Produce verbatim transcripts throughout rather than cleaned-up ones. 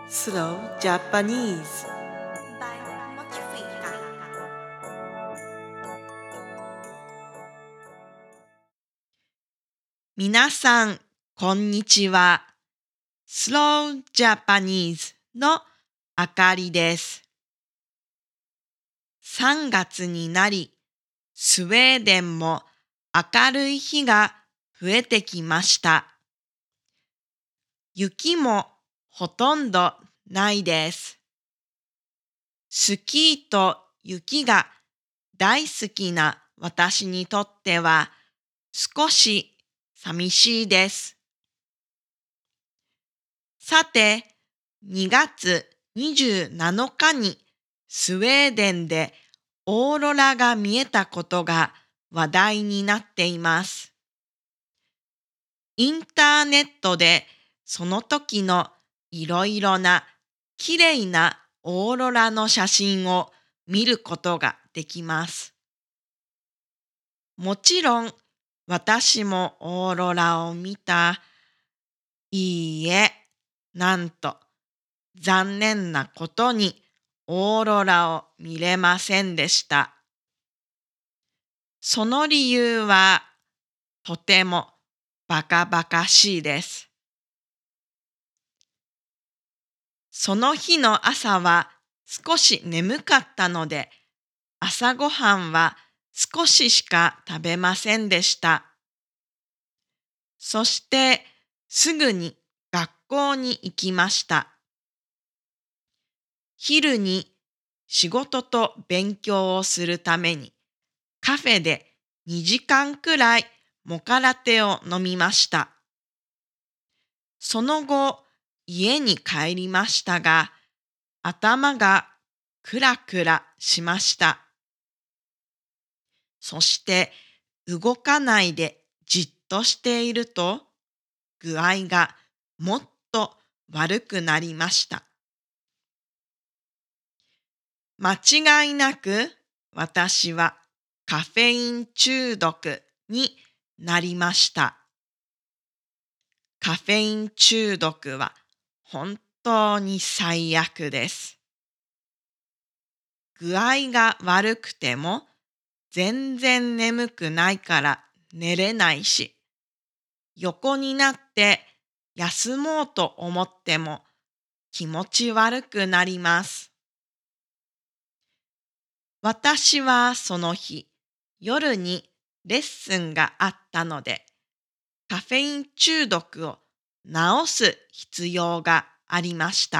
Slow Japanese. by Mochifika. 皆さん、こんにちは。Slow Japanese のあかりです。さんがつになり、スウェーデンも明るい日が増えてきました。雪もほとんどないです。スキーと雪が大好きな私にとっては少し寂しいです。さて、にがつにじゅうなのかにスウェーデンでオーロラが見えたことが話題になっています。インターネットでその時のいろいろなきれいなオーロラの写真を見ることができます。もちろん私もオーロラを見た。いいえ、なんと残念なことにオーロラを見れませんでした。その理由はとてもバカバカしいです。その日の朝は少し眠かったので、朝ごはんは少ししか食べませんでした。そしてすぐに学校に行きました。昼に仕事と勉強をするためにカフェでにじかんくらいモカラテを飲みました。その後、家に帰りましたが、頭がクラクラしました。そして動かないでじっとしていると、具合がもっと悪くなりました。間違いなく私はカフェイン中毒になりました。カフェイン中毒は本当に最悪です。具合が悪くても全然眠くないから寝れないし、横になって休もうと思っても気持ち悪くなります。私はその日、夜にレッスンがあったので、カフェイン中毒を治す必要がありました。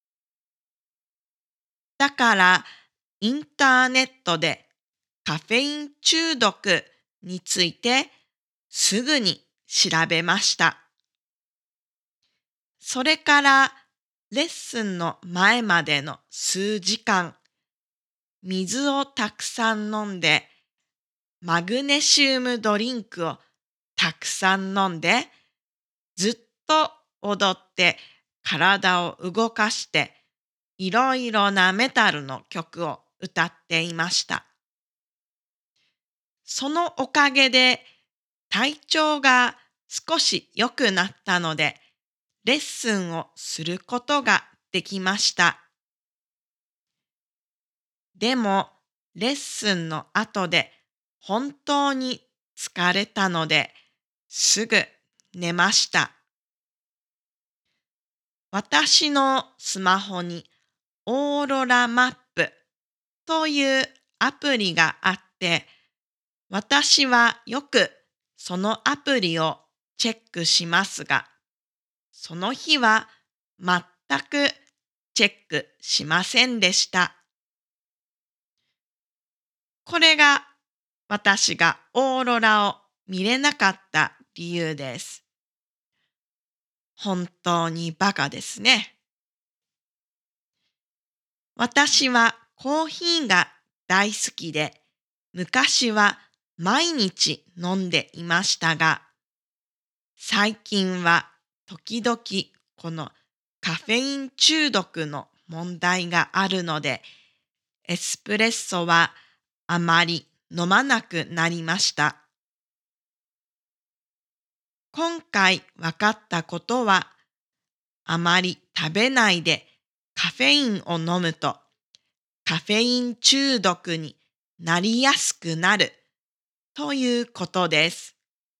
だからインターネットでカフェイン中毒についてすぐに調べました。それからレッスンの前までの数時間、水をたくさん飲んで、マグネシウムドリンクをたくさん飲んで、ずっと踊って体を動かして、いろいろなメタルの曲を歌っていました。そのおかげで体調が少し良くなったので、レッスンをすることができました。でも、レッスンの後で本当に疲れたので、すぐ寝ました。私のスマホにオーロラマップというアプリがあって、私はよくそのアプリをチェックしますが、その日は全くチェックしませんでした。これが私がオーロラを見れなかった理由です。本当にバカですね。私はコーヒーが大好きで、昔は毎日飲んでいましたが、最近は時々このカフェイン中毒の問題があるので、エスプレッソはあまり飲まなくなりました。今回分かったことは、 あまり食べないでカフェインを飲むとカフェイン中毒になりやすくなるということです。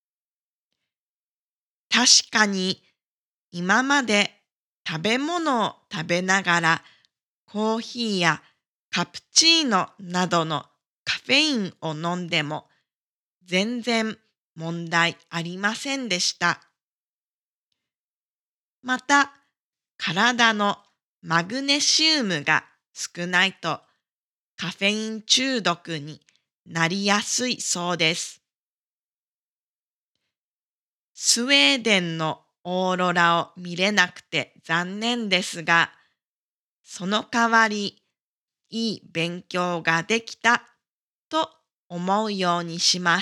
確かに今まで食べ物を食べながらコーヒーやカプチーノなどのカフェインを飲んでも全然問題ありませんでした。また、体のマグネシウムが少ないとカフェイン中毒になりやすいそうです。スウェーデンのオーロラを見れなくて残念ですが、その代わりいい勉強ができたと思うようにします。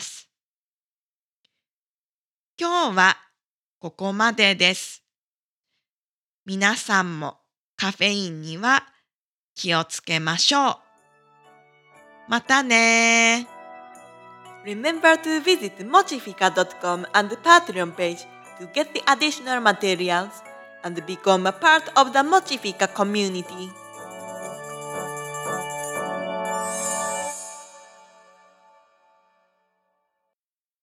今日はここまでです。皆さんもカフェインには気をつけましょう。またね。 Remember to visit mochifica dot com and the Patreon page to get the additional materials and become a part of the Mochifica community.